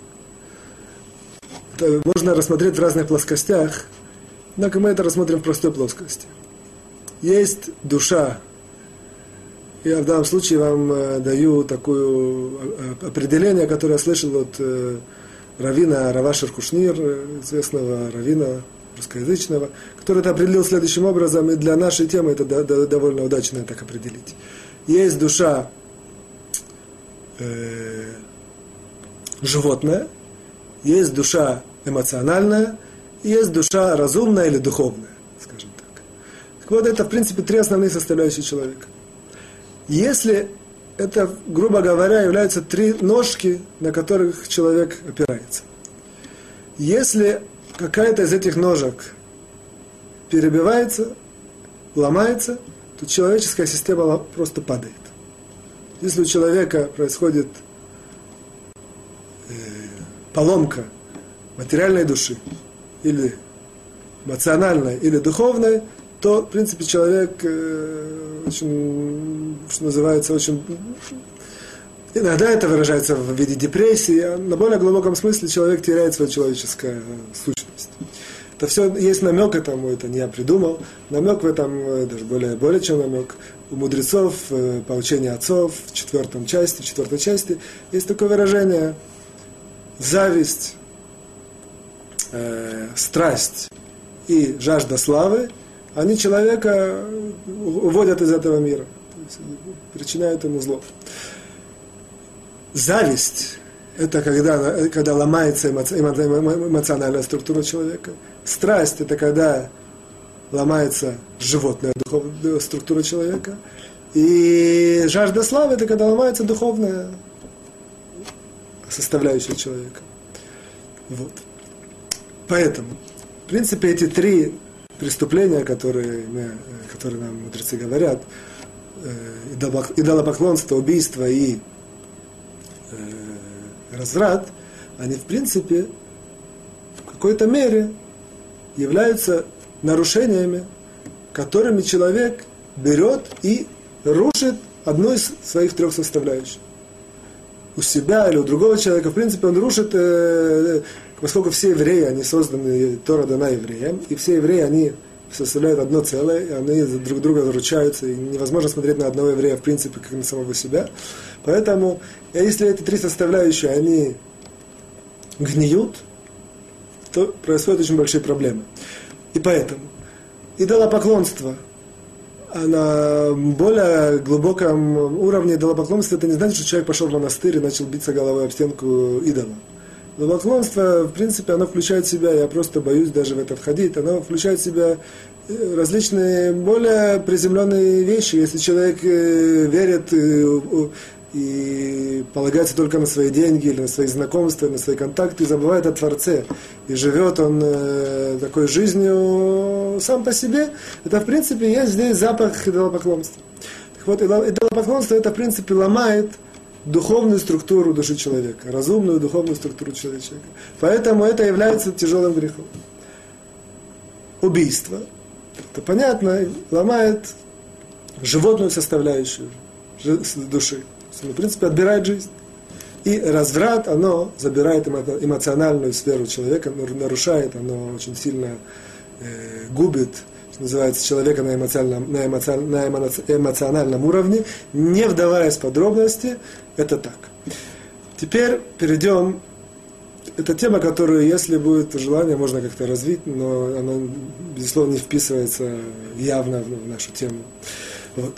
Speaker 1: Это можно рассмотреть в разных плоскостях, однако мы это рассмотрим в простой плоскости. Есть душа. Я в данном случае вам даю такое определение, которое я слышал от раввина Рава Шер-Кушнир, известного раввина русскоязычного, который это определил следующим образом, и для нашей темы это довольно удачно так определить. Есть душа животное, есть душа эмоциональная, и есть душа разумная или духовная, скажем так. Так вот, это, в принципе, 3 основные составляющие человека. Если это, грубо говоря, являются 3 ножки, на которых человек опирается. Если какая-то из этих ножек перебивается, ломается, то человеческая система просто падает. Если у человека происходит поломка материальной души, или эмоциональной, или духовной, то, в принципе, человек очень, что называется, очень... Иногда это выражается в виде депрессии, а на более глубоком смысле человек теряет свою человеческую сущность. Это все есть намек этому, это не я придумал. Намек в этом, даже более чем намек, у мудрецов, по учению отцов, в 4 части, есть такое выражение: зависть, страсть и жажда славы, они человека уводят из этого мира, то есть причиняют ему зло. Зависть – это когда ломается эмоциональная структура человека. Страсть – это когда ломается животная духовная структура человека. И жажда славы – это когда ломается духовная составляющая человека. Вот. Поэтому, в принципе, эти 3 преступления, которые нам мудрецы говорят, идолопоклонство, убийство и разврат, они, в принципе, в какой-то мере являются нарушениями, которыми человек берет и рушит одну из своих 3 составляющих. У себя или у другого человека, в принципе, он рушит, поскольку все евреи, они созданы, Тора дана евреям, и все евреи, они составляют одно целое, и они друг друга заручаются, и невозможно смотреть на одного еврея, в принципе, как на самого себя. Поэтому, если эти 3 составляющие, они гниют, то происходят очень большие проблемы. И поэтому идолопоклонство, на более глубоком уровне идолопоклонства, это не значит, что человек пошел в монастырь и начал биться головой об стенку идола. Идолопоклонство, в принципе, оно включает в себя, я просто боюсь даже в это входить, оно включает в себя различные более приземленные вещи. Если человек верит и полагается только на свои деньги, или на свои знакомства, на свои контакты, и забывает о Творце, и живет он такой жизнью сам по себе, это, в принципе, есть здесь запах идолопоклонства. Так вот, идолопоклонство, это, в принципе, ломает духовную структуру души человека, разумную духовную структуру человека. Поэтому это является тяжелым грехом. Убийство, это понятно, ломает животную составляющую души. В принципе, отбирает жизнь. И разврат, оно забирает эмоциональную сферу человека, нарушает, оно очень сильно губит, что называется, человека на эмоциональном уровне, не вдаваясь в подробности, это так. Теперь перейдем. Это тема, которую, если будет желание, можно как-то развить, но она, безусловно, не вписывается явно в нашу тему. Вот.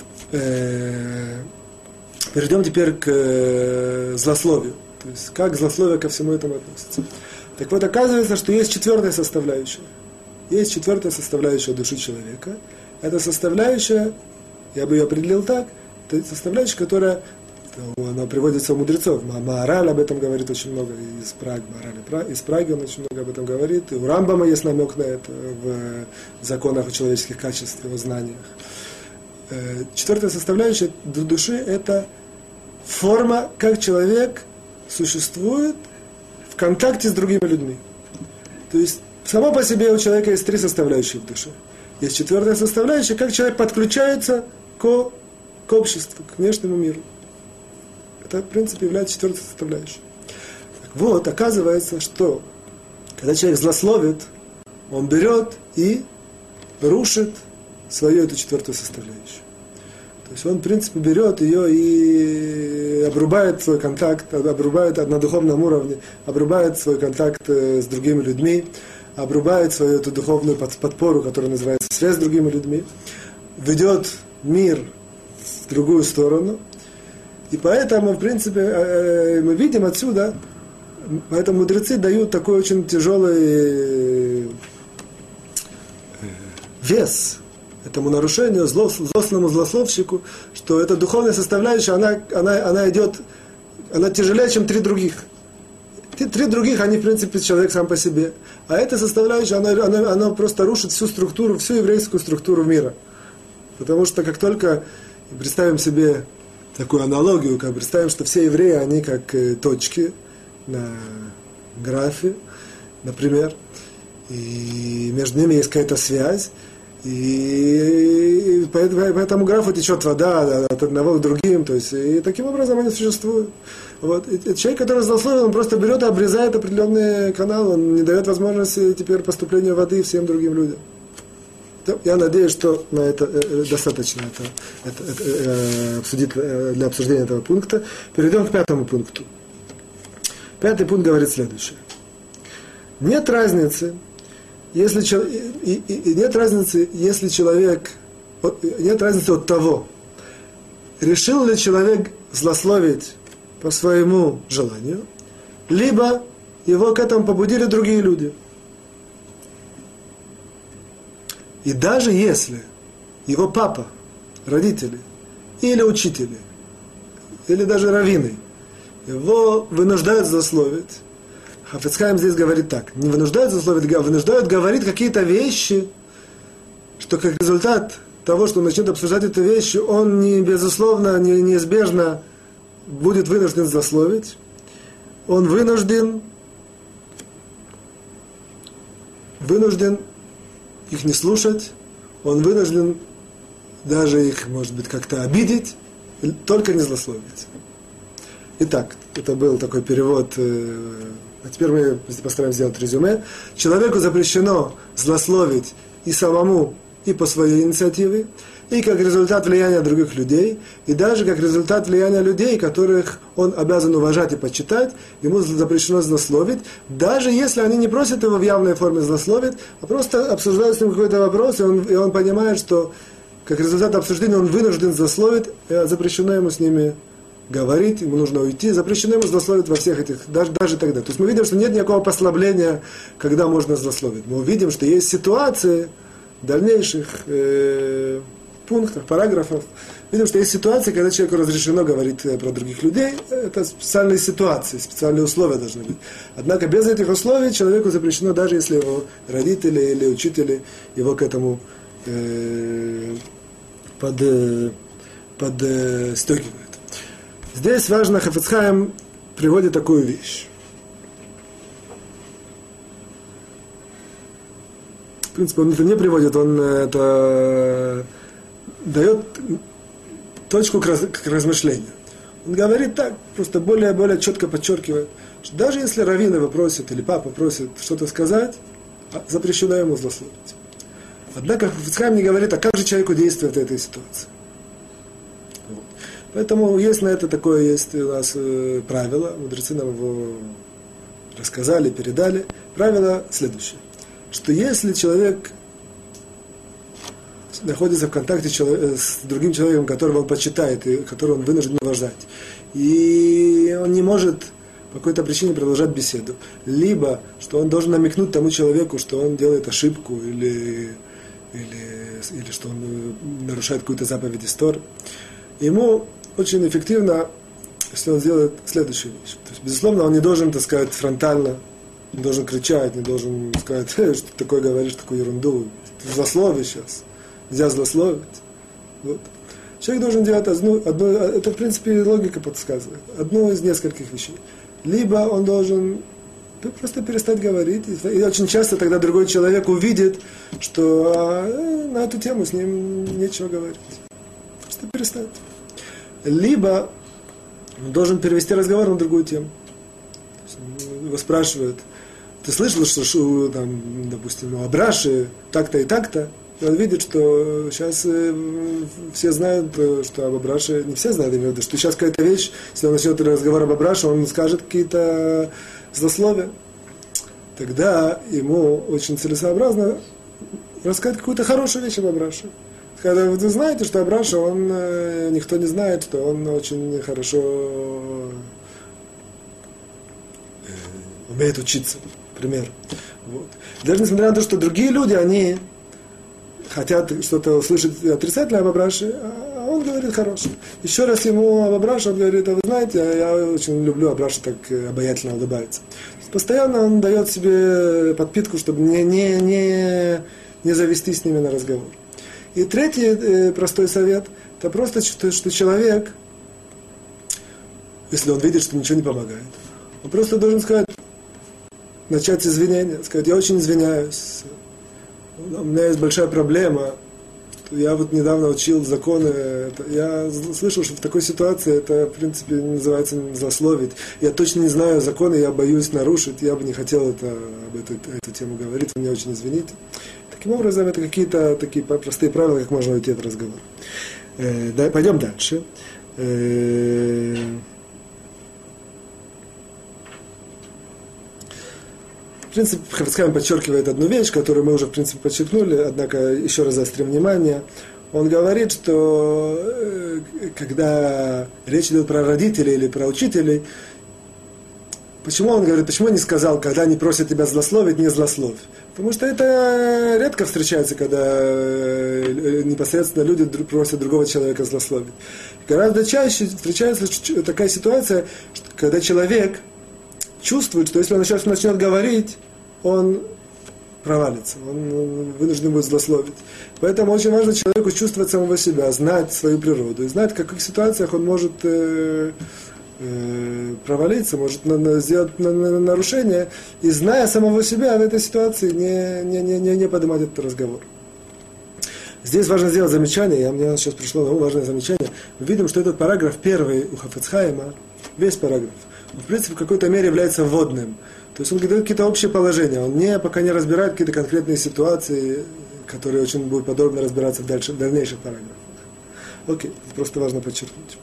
Speaker 1: Перейдем теперь к злословию. То есть, как злословие ко всему этому относится. Так вот, оказывается, что есть четвертая составляющая. Есть четвертая составляющая души человека. Это составляющая, я бы ее определил так, это составляющая, которая, она приводится у мудрецов. Маораль об этом говорит очень много, из Праги он очень много об этом говорит. И у Рамбама есть намек на это в законах о человеческих качествах, о знаниях. Четвертая составляющая души – это форма, как человек существует в контакте с другими людьми. То есть, само по себе у человека есть три составляющие в душе. Есть четвертая составляющая, как человек подключается к обществу, к внешнему миру. Это, в принципе, является четвертой составляющей. Так вот, оказывается, что когда человек злословит, он берет и рушит свою эту четвертую составляющую. То есть он, в принципе, берет ее и обрубает свой контакт, обрубает на духовном уровне, обрубает свой контакт с другими людьми, обрубает свою эту духовную подпору, которая называется связь с другими людьми, ведет мир в другую сторону. И поэтому, в принципе, мы видим отсюда, поэтому мудрецы дают такой очень тяжелый вес этому нарушению, злостному злословщику, что эта духовная составляющая, она идет, она тяжелее, чем три других. Три других, они, в принципе, человек сам по себе. А эта составляющая, она просто рушит всю структуру, всю еврейскую структуру мира. Потому что как только представим себе такую аналогию, как представим, что все евреи, они как точки на графе, например, и между ними есть какая-то связь, и по этому графу течет вода от одного к другим, то есть, и таким образом они существуют. Вот. И человек, который злословен, он просто берет и обрезает определенный канал, он не дает возможности теперь поступления воды всем другим людям. Я надеюсь, что на это достаточно обсудить, для обсуждения этого пункта. Перейдем к пятому пункту. Пятый пункт говорит следующее. Нет разницы, если человек, нет разницы от того, решил ли человек злословить по своему желанию, либо его к этому побудили другие люди. И даже если его папа, родители, или учители, или даже раввины его вынуждают злословить, Хафец Хаим здесь говорит так, не вынуждают злословить, а вынуждают говорить какие-то вещи, что как результат того, что он начнет обсуждать эти вещи, он неизбежно будет вынужден злословить, он вынужден их не слушать, он вынужден даже их, может быть, как-то обидеть, только не злословить. Итак, это был такой перевод, а теперь мы постараемся сделать резюме. Человеку запрещено злословить и самому, и по своей инициативе, и как результат влияния других людей, и даже как результат влияния людей, которых он обязан уважать и почитать, ему запрещено злословить, даже если они не просят его в явной форме злословить, а просто обсуждают с ним какой-то вопрос, и он понимает, что как результат обсуждения он вынужден злословить, запрещено ему с ними говорить, ему нужно уйти, запрещено ему злословить во всех этих, даже тогда. То есть мы видим, что нет никакого послабления, когда можно злословить. Мы увидим, что есть ситуации в дальнейших пунктах, параграфах, видим, что есть ситуации, когда человеку разрешено говорить про других людей, это специальные ситуации, специальные условия должны быть. Однако без этих условий человеку запрещено, даже если его родители или учители его к этому подстегивают. Здесь важно, Хафец Хаим приводит такую вещь. В принципе, он это не приводит, он это дает точку к размышлению. Он говорит так, просто более четко подчеркивает, что даже если раввин его просит, или папа просит что-то сказать, запрещено ему злословить. Однако Хафец Хаим не говорит, а как же человеку действовать в этой ситуации. Вот. Поэтому есть на это такое, есть у нас правило, мудрецы нам его рассказали, передали. Правило следующее, что если человек находится в контакте с другим человеком, которого он почитает и которого он вынужден уважать, и он не может по какой-то причине продолжать беседу, либо что он должен намекнуть тому человеку, что он делает ошибку или что он нарушает какую-то заповедь из Торы, ему очень эффективно, если он сделает следующую вещь. То есть, безусловно, он не должен, так сказать, фронтально, не должен кричать, не должен сказать, что ты такое говоришь, такую ерунду, ты злословишь сейчас, нельзя злословить. Вот. Человек должен делать одну, это в принципе логика подсказывает, одну из нескольких вещей. Либо он должен просто перестать говорить, и очень часто тогда другой человек увидит, что на эту тему с ним нечего говорить. Просто перестать. Либо он должен перевести разговор на другую тему. Его спрашивают, ты слышал, что там, допустим, у Абраши так-то и так-то? И он видит, что сейчас все знают, что об Абраше, не все знают, именно, что сейчас какая-то вещь, если он начнет разговор об Абраше, он скажет какие-то злословия. Тогда ему очень целесообразно рассказать какую-то хорошую вещь об Абраше. Когда вы знаете, что Абраша, никто не знает, что он очень хорошо умеет учиться, например. Вот. Даже несмотря на то, что другие люди, они хотят что-то услышать отрицательное об Абраше, а он говорит хорошее. Еще раз ему об Абраше, он говорит, а вы знаете, я очень люблю Абраша, так обаятельно улыбается. Постоянно он дает себе подпитку, чтобы не завести с ними на разговор. И третий простой совет, это просто, что человек, если он видит, что ничего не помогает, он просто должен сказать, начать с извинения, сказать, я очень извиняюсь, у меня есть большая проблема, я вот недавно учил законы, я слышал, что в такой ситуации это, в принципе, называется злословить. Я точно не знаю законы, я боюсь нарушить, я бы не хотел эту тему говорить, вы меня очень извините. Таким образом, это какие-то такие простые правила, как можно уйти от разговора. Пойдем дальше. В принципе, Хафец Хаим подчеркивает одну вещь, которую мы уже, в принципе, подчеркнули, однако еще раз заострим внимание. Он говорит, что когда речь идет про родителей или про учителей, почему он говорит, почему не сказал, когда они просят тебя злословить, не злословь? Потому что это редко встречается, когда непосредственно люди просят другого человека злословить. Гораздо чаще встречается такая ситуация, когда человек чувствует, что если он сейчас начнет говорить, он провалится, он вынужден будет злословить. Поэтому очень важно человеку чувствовать самого себя, знать свою природу, и знать, в каких ситуациях он может провалиться, может сделать нарушение, и зная самого себя в этой ситуации, не поднимать этот разговор. Здесь важно сделать замечание, мне сейчас пришло на ум важное замечание. Мы видим, что этот параграф первый у Хафец Хаима, весь параграф, он, в принципе, в какой-то мере является вводным. То есть он дает какие-то общие положения, он пока не разбирает какие-то конкретные ситуации, которые очень будут подробно разбираться в дальнейших параграфах. Окей, просто важно подчеркнуть.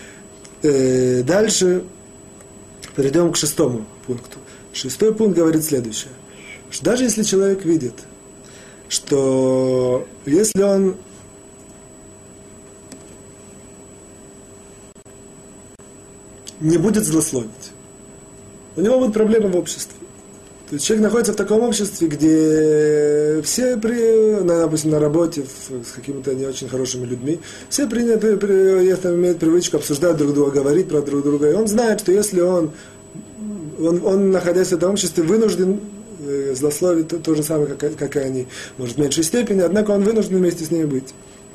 Speaker 1: Дальше перейдем к 6 пункту. 6 пункт говорит следующее. Что даже если человек видит, что если он не будет злословить, у него будут проблемы в обществе. То есть человек находится в таком обществе, где все, допустим, на работе с какими-то не очень хорошими людьми, все имеют привычку обсуждать друг друга, говорить про друг друга. И он знает, что если он находясь в этом обществе, вынужден злословить то же самое, как и они, может, в меньшей степени, однако он вынужден вместе с ними быть.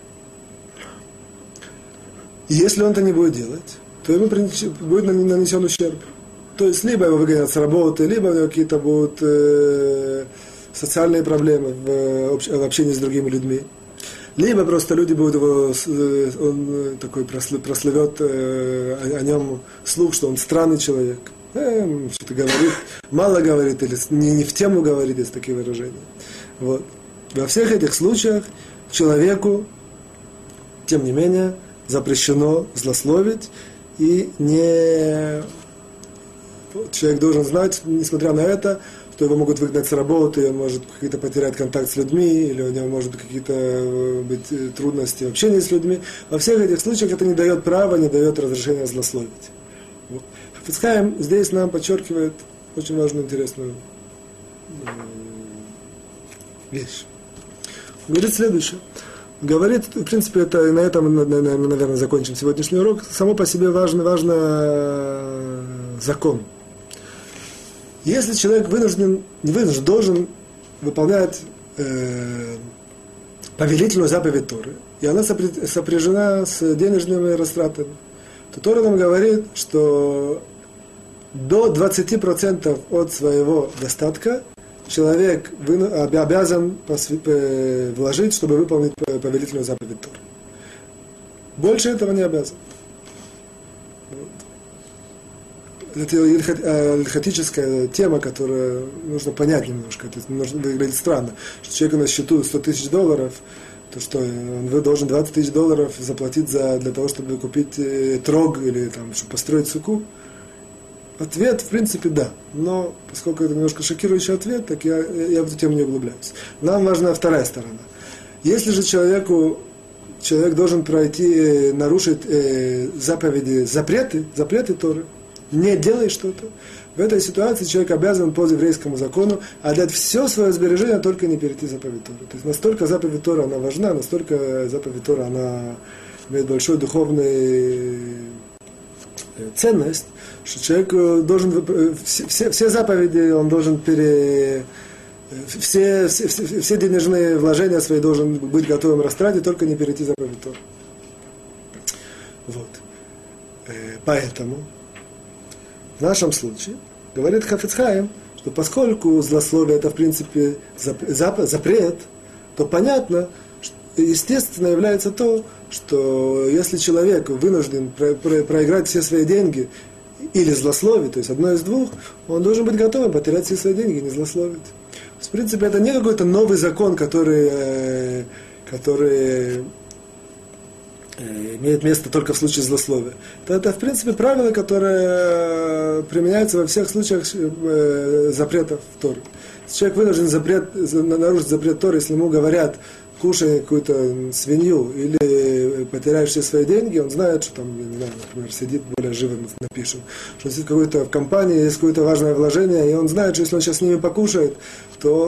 Speaker 1: И если он это не будет делать, то ему будет нанесен ущерб. То есть, либо его выгонят с работы, либо у него какие-то будут социальные проблемы в общении с другими людьми. Либо просто люди будут его, он такой прослывет о нем слух, что он странный человек. Что-то говорит, мало говорит, или не в тему говорит, есть такие выражения. Вот. Во всех этих случаях человеку, тем не менее, запрещено злословить, и человек должен знать, несмотря на это, что его могут выгнать с работы, и он может какие-то потерять контакт с людьми, или у него может быть какие-то трудности в общении с людьми. Во всех этих случаях это не дает права, не дает разрешения злословить. Вот. Хафец Хаим здесь нам подчеркивает очень важную, интересную вещь. Говорит следующее. Говорит, в принципе, это на этом, наверное, закончим сегодняшний урок. Само по себе важный закон. Если человек должен выполнять повелительную заповедь Торы, и она сопряжена с денежными растратами, то Тора нам говорит, что до 20% от своего достатка человек обязан вложить, чтобы выполнить повелительную заповедь Торы. Больше этого не обязан. Это ильхатическая тема, которую нужно понять немножко. Это выглядит странно, что человеку на счету $100 000, то что он должен $20 000 заплатить для того, чтобы купить трог или там, чтобы построить суку. Ответ, в принципе, да. Но поскольку это немножко шокирующий ответ, так я в эту тему не углубляюсь. Нам важна вторая сторона. Если же человек должен нарушить запреты Торы, не делай что-то, в этой ситуации человек обязан по еврейскому закону отдать все свое сбережение, только не перейти заповедь Торы. То есть настолько заповедь Торы она важна, настолько заповедь Торы она имеет большую духовную ценность, что человек должен все заповеди, он должен все денежные вложения свои должен быть готовым растратить, только не перейти заповедь Торы. Вот. Поэтому в нашем случае говорит Хафец Хаим, что поскольку злословие это в принципе запрет, то понятно, естественно является то, что если человек вынужден проиграть все свои деньги или злословить, то есть одно из двух, он должен быть готовым потерять все свои деньги и не злословить. В принципе, это не какой-то новый закон, который имеет место только в случае злословия. Это в принципе, правило, которое применяется во всех случаях запретов Торы. Если человек вынужден нарушить запрет Торы, если ему говорят, кушай какую-то свинью или потеряешь все свои деньги, он знает, что там, я не знаю, например, сидит, более живо напишем, что сидит в компании, есть какое-то важное вложение, и он знает, что если он сейчас с ними покушает, то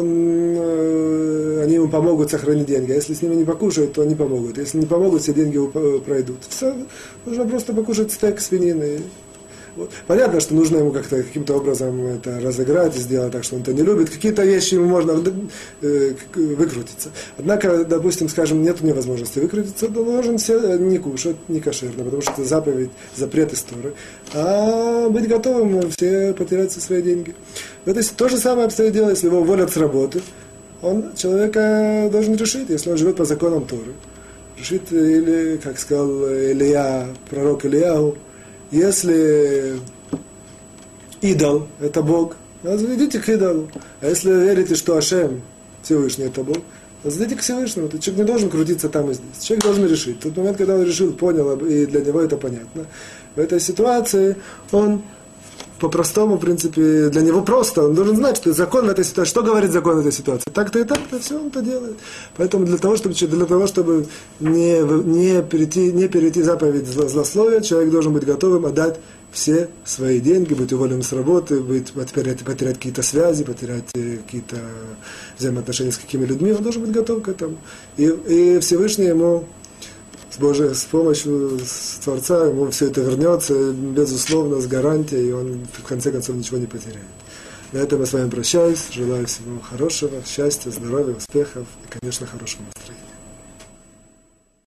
Speaker 1: они ему помогут сохранить деньги, а если с ними не покушают, то они помогут. Если не помогут, все деньги пройдут. Все, нужно просто покушать стейк свинины. Вот. Понятно, что нужно ему как-то каким-то образом это разыграть и сделать так, что он это не любит. Какие-то вещи ему можно выкрутиться. Однако, допустим, скажем, нет невозможности выкрутиться, то должен не кушать, не кошерно, потому что это запрет из Торы, а быть готовым все потерять все свои деньги. То же самое обстоит дело, если его уволят с работы, человека должен решить, если он живет по законам Торы. Решит, или, как сказал пророк Ильяу, если идол – это Бог, идите к идолу. А если верите, что Ашем, Всевышний – это Бог, идите к Всевышнему. Человек не должен крутиться там и здесь. Человек должен решить. В тот момент, когда он решил, понял, и для него это понятно, в этой ситуации он по-простому, в принципе, для него просто. Он должен знать, что закон в этой ситуации, что говорит закон в этой ситуации. Так-то и так-то, все он это делает. Поэтому для того, чтобы не перейти заповедь злословия, человек должен быть готовым отдать все свои деньги, быть уволенным с работы, потерять какие-то связи, потерять какие-то взаимоотношения с какими людьми. Он должен быть готов к этому. И Всевышний ему с помощью Творца ему все это вернется, безусловно, с гарантией, и он в конце концов ничего не потеряет. На этом я с вами прощаюсь, желаю всего хорошего, счастья, здоровья, успехов и, конечно, хорошего настроения.